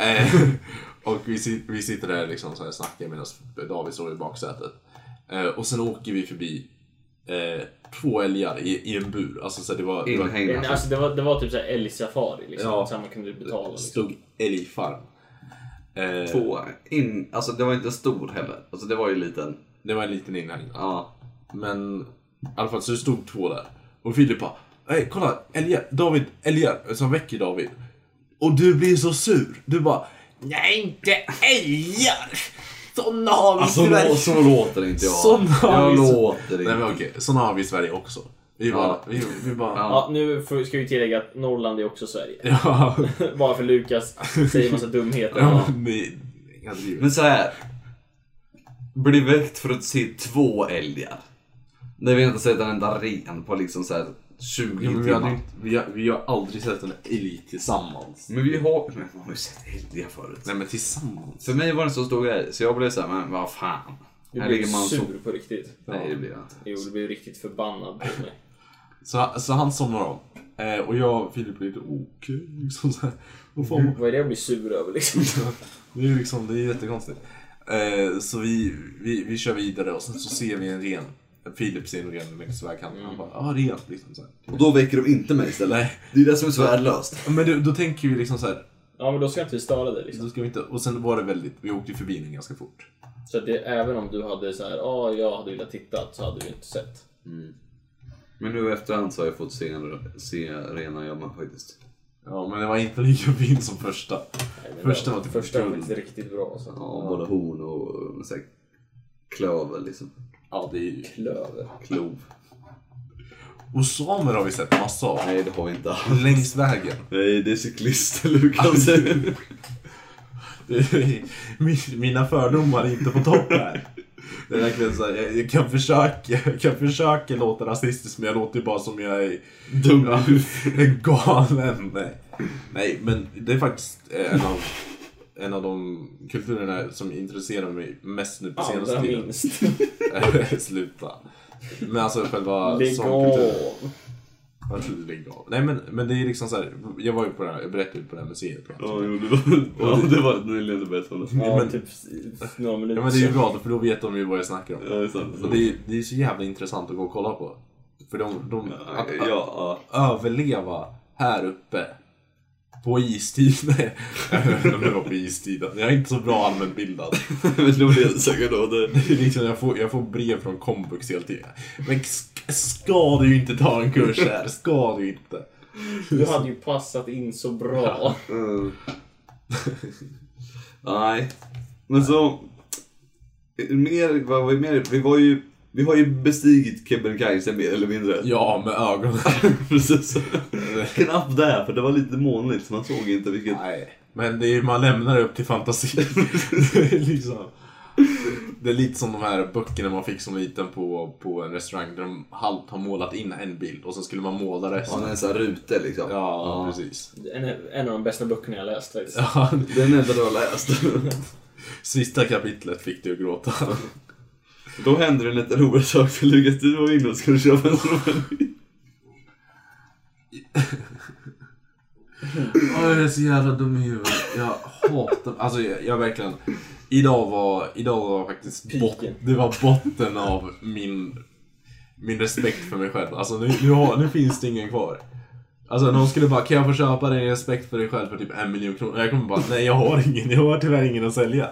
Och vi sitter där liksom så här snackar medan David står i baksätet. Och sen åker vi förbi 2 älgar i en bur. Alltså så det var det var typ så här älgsafari liksom. Ja, så man kunde betala liksom. Stod älgfarm. 2 alltså det var inte stor heller. Alltså det var ju liten. Det var en liten inhägnad. Ja. Men i alla fall så det stod 2 där. Och Filip bara, hej kolla, älgar, som väcker David. Och du blir så sur. Du bara, nej inte älgar. Såna har vi i Sverige. Så låter inte jag. Jag låter inte. Nej men okej, såna har vi i Sverige också. Vi bara... Ja, nu ska vi tillägga att Norrland är också Sverige. Ja. Bara för Lukas säger massa dumheter. Ja, men så här. Bli väckt för att se 2 älgar. När vi inte sett en enda ren på liksom så här 20 timmar. Vi har aldrig sett en älg tillsammans. Men vi har ju sett älgar förut. Nej men tillsammans. För mig var det en så stor grej. Så jag blev så här, men vad fan. Du blev sur på riktigt. Nej, det blir jag inte. Jo, du blev riktigt förbannad på mig. Så han somnar om. Och jag och Filip blir lite okej. Liksom så här. Vad är det att bli sur över liksom? Det är liksom, det är jättekonstigt. Så vi kör vidare och sen så ser vi en ren. Filip ser en ren längs vägkanten. Han bara, ren liksom så här. Och då väcker de inte mig istället. Nej. Det är det som är så värdelöst. Men då tänker vi liksom så här. Ja, men då ska inte vi störa dig liksom. Då ska vi inte. Och sen var det vi åkte förbi den ganska fort. Så att även om du hade så här, jag hade velat titta, så hade vi inte sett. Men nu efterhand så har jag fått se rena jamma faktiskt. Ja, men det var inte lika fint som första. Nej, första var faktiskt riktigt bra. Alltså. Ja, både horn och så här, klöver liksom. Ja, det är ju klov. Och samer har vi sett massa av. Nej, det har vi inte alls. Längs vägen. Nej, det är cyklister, Lukas. Mina fördomar är inte på topp här. Det är verkligen så här, jag kan försöka låta rasistisk, men jag låter bara som jag är dum. En galen. Nej, men det är faktiskt en av de kulturerna som intresserar mig mest nu på senaste tiden. Sluta. Men alltså själva sångkulturen. Lägg av. Nej men det är liksom så här. Jag var ju på det här, jag berättade ju på det här museet. Ja, det var nyligen det bästa. Ja, men typ några minuter. Ja, men det är ju bra, för då vet de ju vad jag snackar om. Ja, det är sant. Och det är så jävla intressant att gå och kolla på. För de överleva här uppe på istiden. Det var på istiden. Jag är inte så bra allmänbildad. Men då blir det säkert då. Det är liksom, jag får brev från komvux hela tiden. Men ska du inte ta en kurs här? Ska du inte? Du hade ju passat in så bra. Nej. Men så vi har ju bestigit Kebnekaise mer eller mindre. Ja, med ögonen. Precis. Knappt där, för det var lite månligt så man såg inte vilket. Nej, men det är, man lämnar det upp till fantasi. Liksom. Det är lite som de här böckerna man fick som liten på en restaurang där de halvt har målat in en bild och så skulle man måla resten. Ja, en sån här rutor liksom. Ja, precis. En av de bästa böckerna jag läst faktiskt. Ja, den enda du har läst. Sista kapitlet fick du att gråta. Då hände det en lite rolig sak för Lukas. Du var inne och skulle köpa en rolig. Jag är så jävla dum i huvudet. Jag hatar... Alltså jag verkligen... Idag var faktiskt det var botten av min respekt för mig själv. Alltså nu finns det ingen kvar. Alltså någon skulle bara, kan jag få köpa dig respekt för dig själv för typ 1 miljon kronor? Jag kommer bara, nej jag har tyvärr ingen att sälja.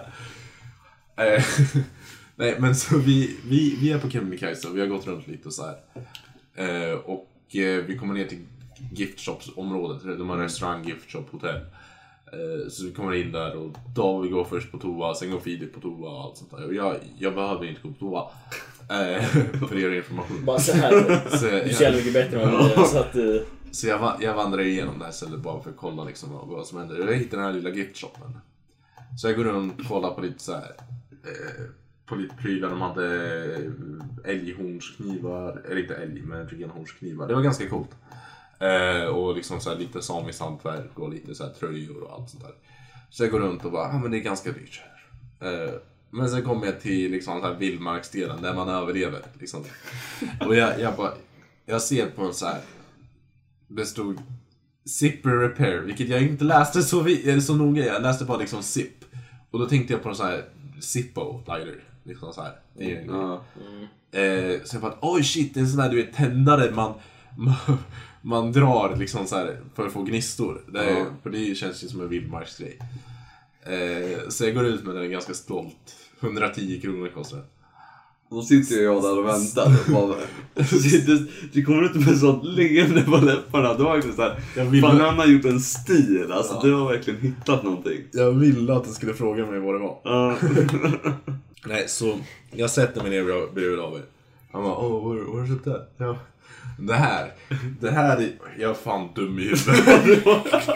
Nej men så vi är på Kebnekaise och vi har gått runt lite och så här. Och vi kommer ner till giftshops-området. De har restaurang, giftshop, hotell. Så vi kommer in där och David går först på toa, sen går Filip på toa och allt sånt där. Och jag behöver inte gå på toa. För er information. Bara så här. Du känner mycket bättre än vad jag satt i. Så jag vandrar igenom det här stället bara för att kolla liksom vad som händer. Jag hittar den här lilla giftshoppen. Så jag går runt och kollar på lite så här på lite prylar. De hade älghornsknivar, eller inte älg, men renhornsknivar. Det var ganska coolt. Och liksom så här lite samiskt hantverk och lite så här tröjor och allt sånt där. Så jag går runt och bara, men det är ganska dyrt här. Men sen kommer jag till liksom så här vildmarksdelen där man överlever liksom. Och jag ser på en så här, det stod Zipper Repair, vilket jag inte läste så noga. Jag läste bara liksom Zip. Och då tänkte jag på en så här Zippo lighter, liksom så här. Så jag bara, oj shit, det är en sån där, du vet, tändare man drar liksom så här för att få gnistor. För det känns ju som en vildmarksgrej. Så jag går ut med den ganska stolt. 110 kronor kostar det. Då sitter jag där och väntar och bara, du kommer inte med sånt leende på läpparna. Det var verkligen såhär, fan han har gjort en stil. Alltså du har verkligen hittat någonting. Jag ville att du skulle fråga mig vad det var. Nej, så jag sätter mig ner bredvid David. Han bara, vad har du köpt det? Ja. Det här är, jag är fan dum i huvudet.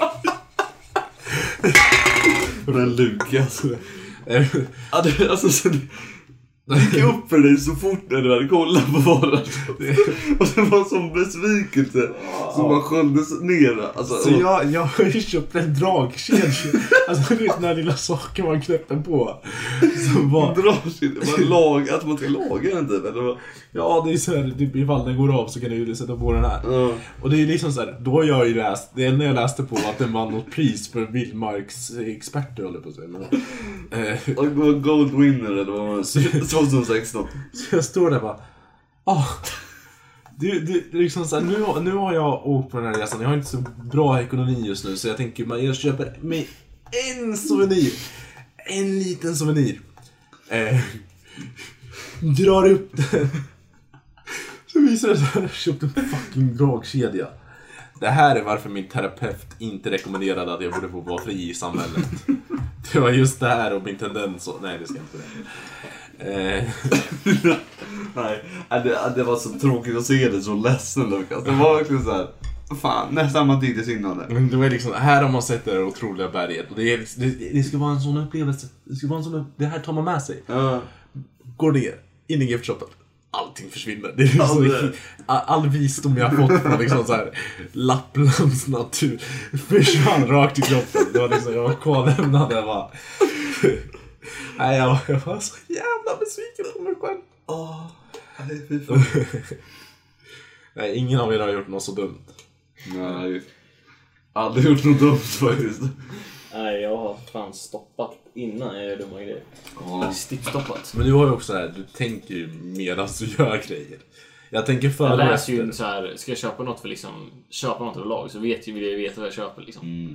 Den Lukas. Alltså det gick upp för dig så fort när du hade kollat på varandra. Och det var som besvikelse som bara sköljdes ner. Alltså, så jag har ju köpt en dragkedja. Alltså du vet, när lilla saker man knäpper på. Som bara dragkedja, att man ska laga den typ, eller? Ja, det är så här, typ ifall den går av så kan du ju sätta på den här. Och det är liksom så här, då har jag ju läst, det enda jag läste på att den vann något pris för vildmarksexperter, håller på att säga. Gold winner eller vad man 2016. Så jag står där bara, det liksom så här, nu har jag åkt på den här resan. Jag har inte så bra ekonomi just nu, så jag tänker jag köper mig en souvenir. En liten souvenir. Drar upp den. Så visar det sig att jag köpt en fucking dragkedja. Det här är varför min terapeut inte rekommenderade att jag borde få vara fri i samhället. Det var just det här och min tendens. Nej, det ska inte det. Nej, det var så tråkigt att se det, så ledsen Lukas. Det var verkligen så här, fan, nästan man tyckte synd om det. Men det var liksom, här har man sett det otroliga berget. Och det ska vara en sån upplevelse. Det här tar man med sig. Går ner, in i giftshoppen. Allting försvinner. Det är liksom all visdom jag har fått från liksom så här Lapplands natur försvann rakt i kroppen. Det var liksom, jag var kvarlämnad. Nej, jag var så jävla besviken på mig själv. Nej, ingen av er har gjort något så dumt. Nej, aldrig gjort något dumt faktiskt. Nej, jag har fan stoppat innan jag gör dumma grejer. Stickstoppat. Men du har ju också det här, du tänker ju medan du gör grejer. Jag läser ju så här, ska jag köpa något för liksom, köpa något överlag så vill jag veta vad jag köper liksom.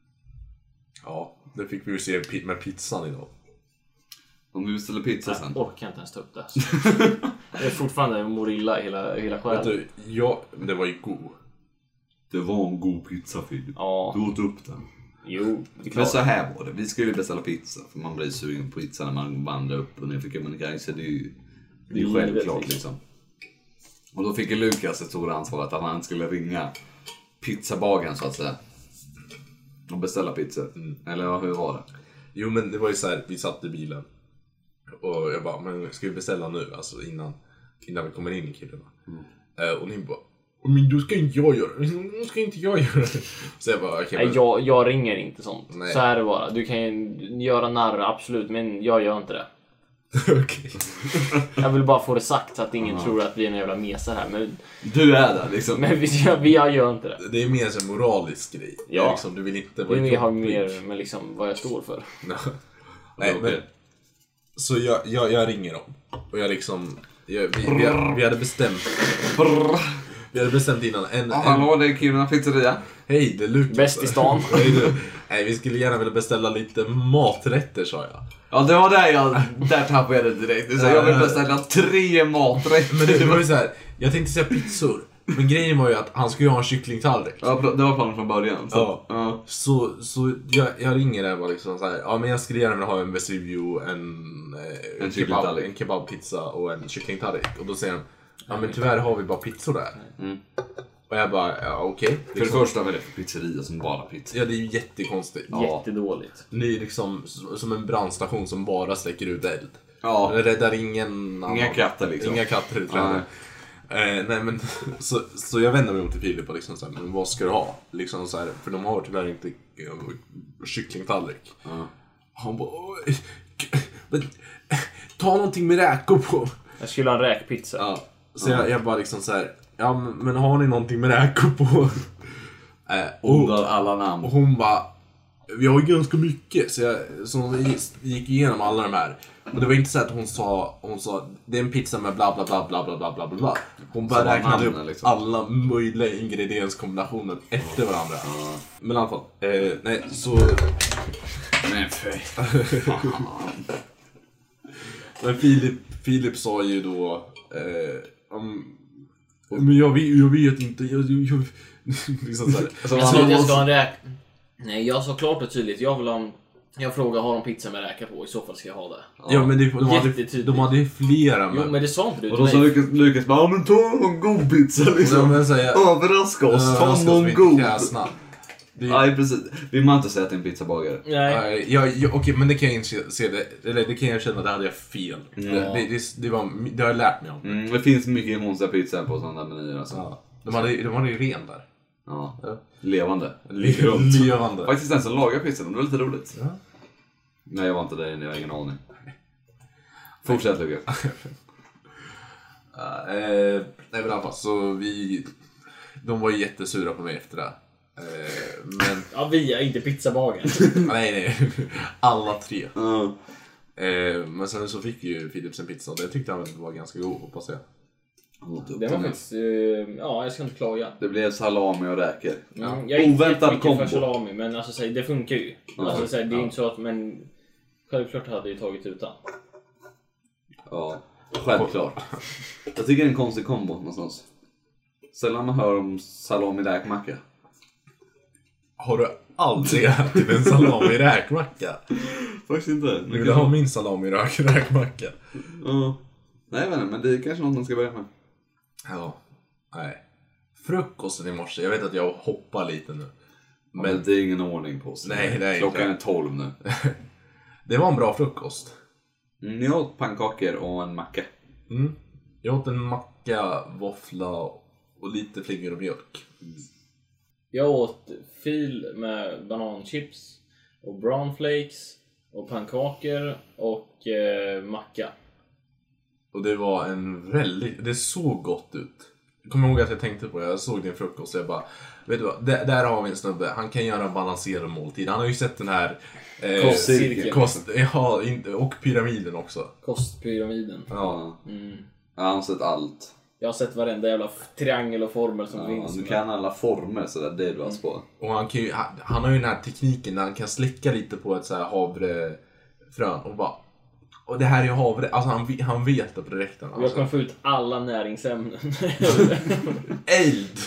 Ja, det fick vi ju se med pizzan idag. Om vi beställer pizza sen. Jag orkar inte ens ta upp det. Det är fortfarande morilla hela själen. Det var ju god. Det var en god pizza, Filip. Ja. Du åt upp den. Jo, det är klart. Men så här var det. Vi skulle beställa pizza. För man blir sugen på pizza när man vandrar upp och ner för Kebnekaise. Det är ju självklart liksom. Och då fick Lukas ett stort ansvar att han skulle ringa pizzabagaren så att säga. Och beställa pizza. Eller hur var det? Jo, men det var ju så här, vi satt i bilen. Och jag bara, men ska vi beställa nu? Alltså innan vi kommer in i Kiruna. Och ni bara, men då ska inte jag göra det. Så jag bara, okay, nej, jag ringer inte sånt. Nej. Så är det bara. Du kan ju göra narr, absolut, men jag gör inte det. Okej. Jag vill bara få det sagt så att ingen tror att vi är en jävla mesar här. Men du är där liksom. Men vi gör inte det. Det är mer en moralisk grej. Ja. Liksom, du vill inte vara det har mer med liksom vad jag står för. Nej, men så jag ringer dem. Och jag liksom vi hade bestämt. Vi hade bestämt innan hallå, det är Kiruna pizzeria. Hej, det är Lukas. Bäst i stan. Nej, vi skulle gärna vilja beställa lite maträtter, sa jag. Ja, det var där tappade jag det direkt. Så jag vill beställa 3 maträtter. Men det var ju så här, jag tänkte säga pizzor. Men grejen var ju att han skulle ha en kycklingtallrik. Ja, det var planen från början. Så jag ringer där och var liksom så här, ja men jag skulle gärna vilja ha en Vesuvio, en kebabpizza och en kycklingtallrik. Och då säger de, ja men tyvärr har vi bara pizzor där. Och jag bara, ja okej. För det första var det för pizzeria som bara pizza. Ja, det är ju jättekonstigt. Jättedåligt. Det är liksom som en brandstation som bara släcker ut eld. Ja. Räddar ingen annan. Inga katter liksom. Inga katter i trädet. Nej men så jag vänder mig om till Filip och liksom såhär, men vad ska du ha? Liksom så här, för de har tyvärr inte kycklingtallrik. Han bara, men, ta någonting med räkor på. Jag skulle ha en räkpizza. Ja. Så jag bara liksom så här, ja men har ni någonting med räkor på? Och alla namn. Och hon bara, vi har ju ganska mycket. Så hon gick igenom alla de här. Och det var inte så att hon sa det är en pizza med bla bla bla bla bla bla bla bla. Hon bara räknade upp liksom alla möjliga ingredienskombinationer efter varandra. Men i alla fall, nej så... Men för Men Filip sa ju då men jag vet inte liksom så här. Jag ska ha en Nej, jag sa klart och tydligt. Jag frågar, har de pizza med räka på? I så fall ska jag ha det. Ja, men de hade flera. Jo, men det sa inte du. Och då sa Lukas bara, men ta någon god pizza liksom. Överraska oss, ta någon god. Nej, precis. Vi måste inte säga att det är en pizzabagare. Nej. Okej, men det kan jag inte se det. Eller det kan jag känna att det hade jag fel. Det har jag lärt mig om. Det finns mycket monster pizza på sådana där menyer alltså. Ja. De hade ju ren där. Ja. Levande. Levande. Faktiskt den som lagar pizzan, det var lite roligt. Ja. Nej, jag var inte där inne, jag har ingen aning. Fortsätt, Lukas. Nej, men i alla fall, så de var jättesura på mig efter det. Men... Ja, vi är inte pizzabagaren. nej. Alla tre. Men sen så fick ju Philips en pizza och det tyckte han var ganska god, hoppas jag. Det var faktiskt, ja, jag ska inte klaga. Det blev salami och räkor. Ja. Jag är inte mycket för salami, men alltså, det funkar ju. Alltså, det är inte så att, men självklart hade jag tagit utan. Ja, självklart. Jag tycker det är en konstig kombo någonstans. Sällan man hör om salami-räkmacka. Har du aldrig ätit en salami-räkmacka? Faktiskt inte. Du vill ha min salami-räkmacka? Ja. Nej, men det är kanske något man ska börja med. Ja, nej. Frukosten i morse, jag vet att jag hoppar lite nu. Men det är ingen ordning på sig. Nej. Klockan är 12 nu. Det var en bra frukost. Jag åt pannkakor och en macka. Jag åt en macka, våffla och lite flingor och mjölk. Jag åt fil med bananchips och brown flakes och pannkakor och macka. Och det var det såg gott ut. Jag kommer ihåg att jag tänkte på det. Jag såg din frukost och jag bara, vet du vad, där har vi en snubbe. Han kan göra en balanserad måltid. Han har ju sett den här och pyramiden också. Kostpyramiden. Ja. Jag har sett allt. Jag har sett varenda jävla triangel och formel som finns. Du kan alla former så det är du på. Och han har ju den här tekniken där han kan slicka lite på ett så här havrefrön och bara, och det här är havre, alltså han vet det på direkten. Alltså. Jag kan få ut alla näringsämnen. Eld!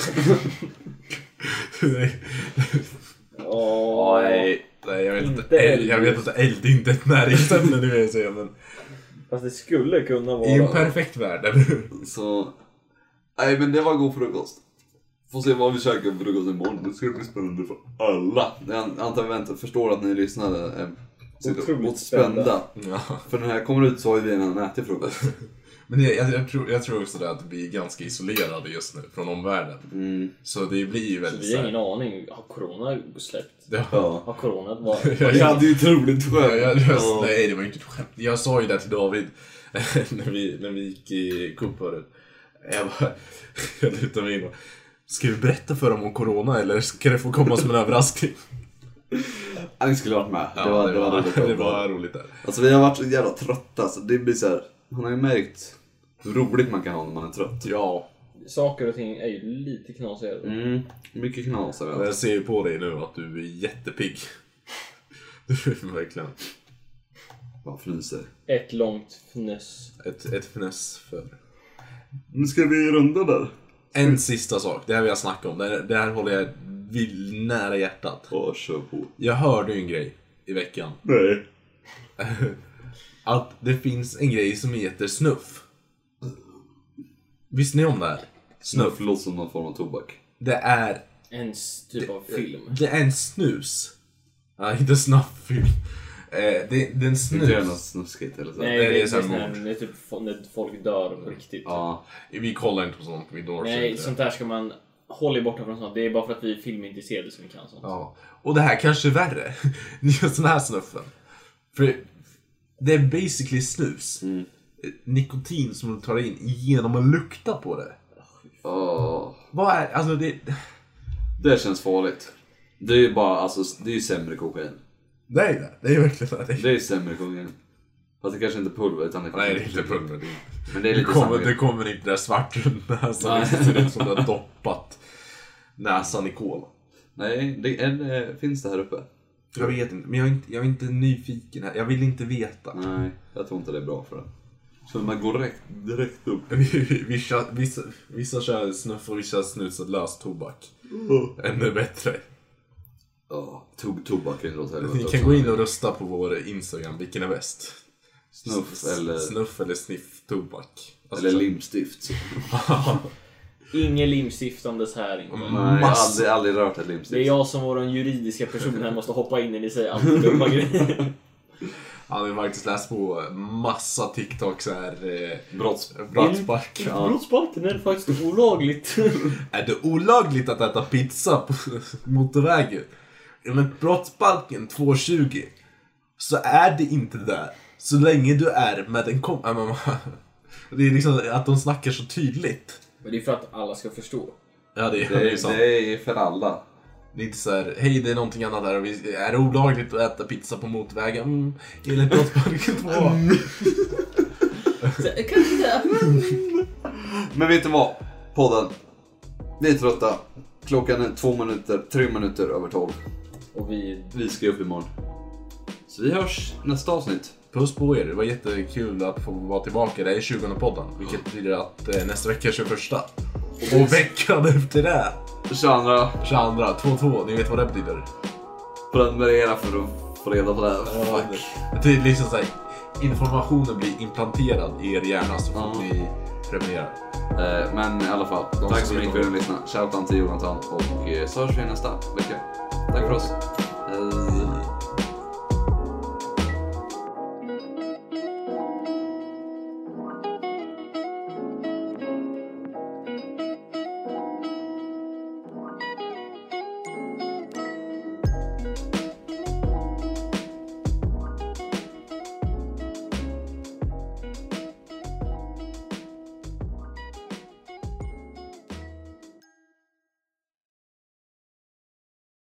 Nej, jag vet inte eld är inte ett näringsämne nu jag säger, men fast det skulle kunna vara. I en perfekt värld, eller hur? Så nej, men det var god frukost. Får se vad vi käkar för frukost imorgon. Det ska bli spännande för alla. Jag antar förstår att ni lyssnade. Otroligt spända. Ja. För när det här kommer ut så har vi redan ätit frukost. Men jag tror också att vi är ganska isolerade just nu från omvärlden. Så det blir ju väldigt... Så vi har ingen aning. Har corona släppt? Ja. Har corona varit... Jag hade ju troligt skämt. Nej, det var inte ett skämt. Jag sa ju det till David när vi gick i cup förut. Jag lutade mig in och... Ska vi berätta för dem om corona eller ska det få komma som en överraskning? Han skulle varit med. Ja, det var roligt där. Alltså vi har varit så jävla trötta så det blir så här. Han har ju märkt hur roligt man kan ha när man är trött. Ja. Saker och ting är ju lite knasigare. Mycket knas. Jag ser ju på dig nu att du är jättepigg. Du är verkligen. Vad fnyser. Ett långt fnöss. Ett fnöss för. Nu ska vi runda där. En sista sak, det här vill jag snacka om. Det här håller jag nära hjärtat. Kör på. Jag hörde en grej i veckan. Nej. Att det finns en grej som heter snuff. Visste ni om det här? Snuff låter som någon form av tobak. Det är... En typ av film. Det är en snus. Ja, inte snufffilm. Det är en snus. Inte något snuskigt eller så. Nej, det är typ när folk dör på riktigt. Ja, vi kollar inte på sånt. Nej, sånt där ska man hålla borta från sånt. Det är bara för att vi är filmintresserade som vi kan sånt. Ja. Och det här kanske är värre. Just den här snuffen. För det är basically snus. Nikotin som du tar in genom att lukta på det. Vad är, alltså det känns farligt. Det är ju bara, alltså det är ju sämre kokain. Nej, det är verkligen det. Det är ju sämre kokain. Fast det kanske inte är pulver utan det nej, det är inte pulver. Men det är lite det kommer inte där svart runt näsan. Det ser ut som du har doppat näsan i kol. Nej, det finns det här uppe. Jag vet inte, men jag är inte nyfiken här. Jag vill inte veta. Nej, jag tror inte det är bra för det. Så man går direkt upp. Vissa kör snuff och vissa snusar lös tobak. Ännu bättre. Ja, tobak är det. Ni kan gå in och rösta på vår Instagram. Vilken är bäst? Snuff eller sniff tobak. Alltså, eller limstift. Ingen limstiftandes här inte. Nej, jag har aldrig rört ett limstift. Det är jag som vår juridiska person här måste hoppa in när ni säger allt dumma grejer. Han har faktiskt läst på massa TikToks här. Brottsbalk. Ja. Brottsbalken är det faktiskt olagligt. Är det olagligt att äta pizza på motorvägen? Enligt brottsbalken 220 så är det inte där. Så länge du är med en det är liksom att de snackar så tydligt. Men det är för att alla ska förstå. Ja, det är för alla. Det är inte så här, hej det är någonting annat där. Är det olagligt att äta pizza på motorvägen? Enligt brottsbalken 2. Men vet du vad? Podden. Vi är trötta. Klockan är 3 minuter över 12. Och vi ska upp imorgon. Så vi hörs nästa avsnitt. Puss på er, det var jättekul att få vara tillbaka. Det är 20:e podden, vilket betyder att nästa vecka är 21:a. Och veckan efter det 22, 22, ni vet vad det betyder. Prenumerera för att få reda på det. Det är liksom såhär, informationen blir implanterad i er hjärna så får ni prenumerera. Men i alla fall, tack så mycket för att ni lyssnade. Shoutout till Jonathan och så hörs vi nästa vecka. Tack för oss.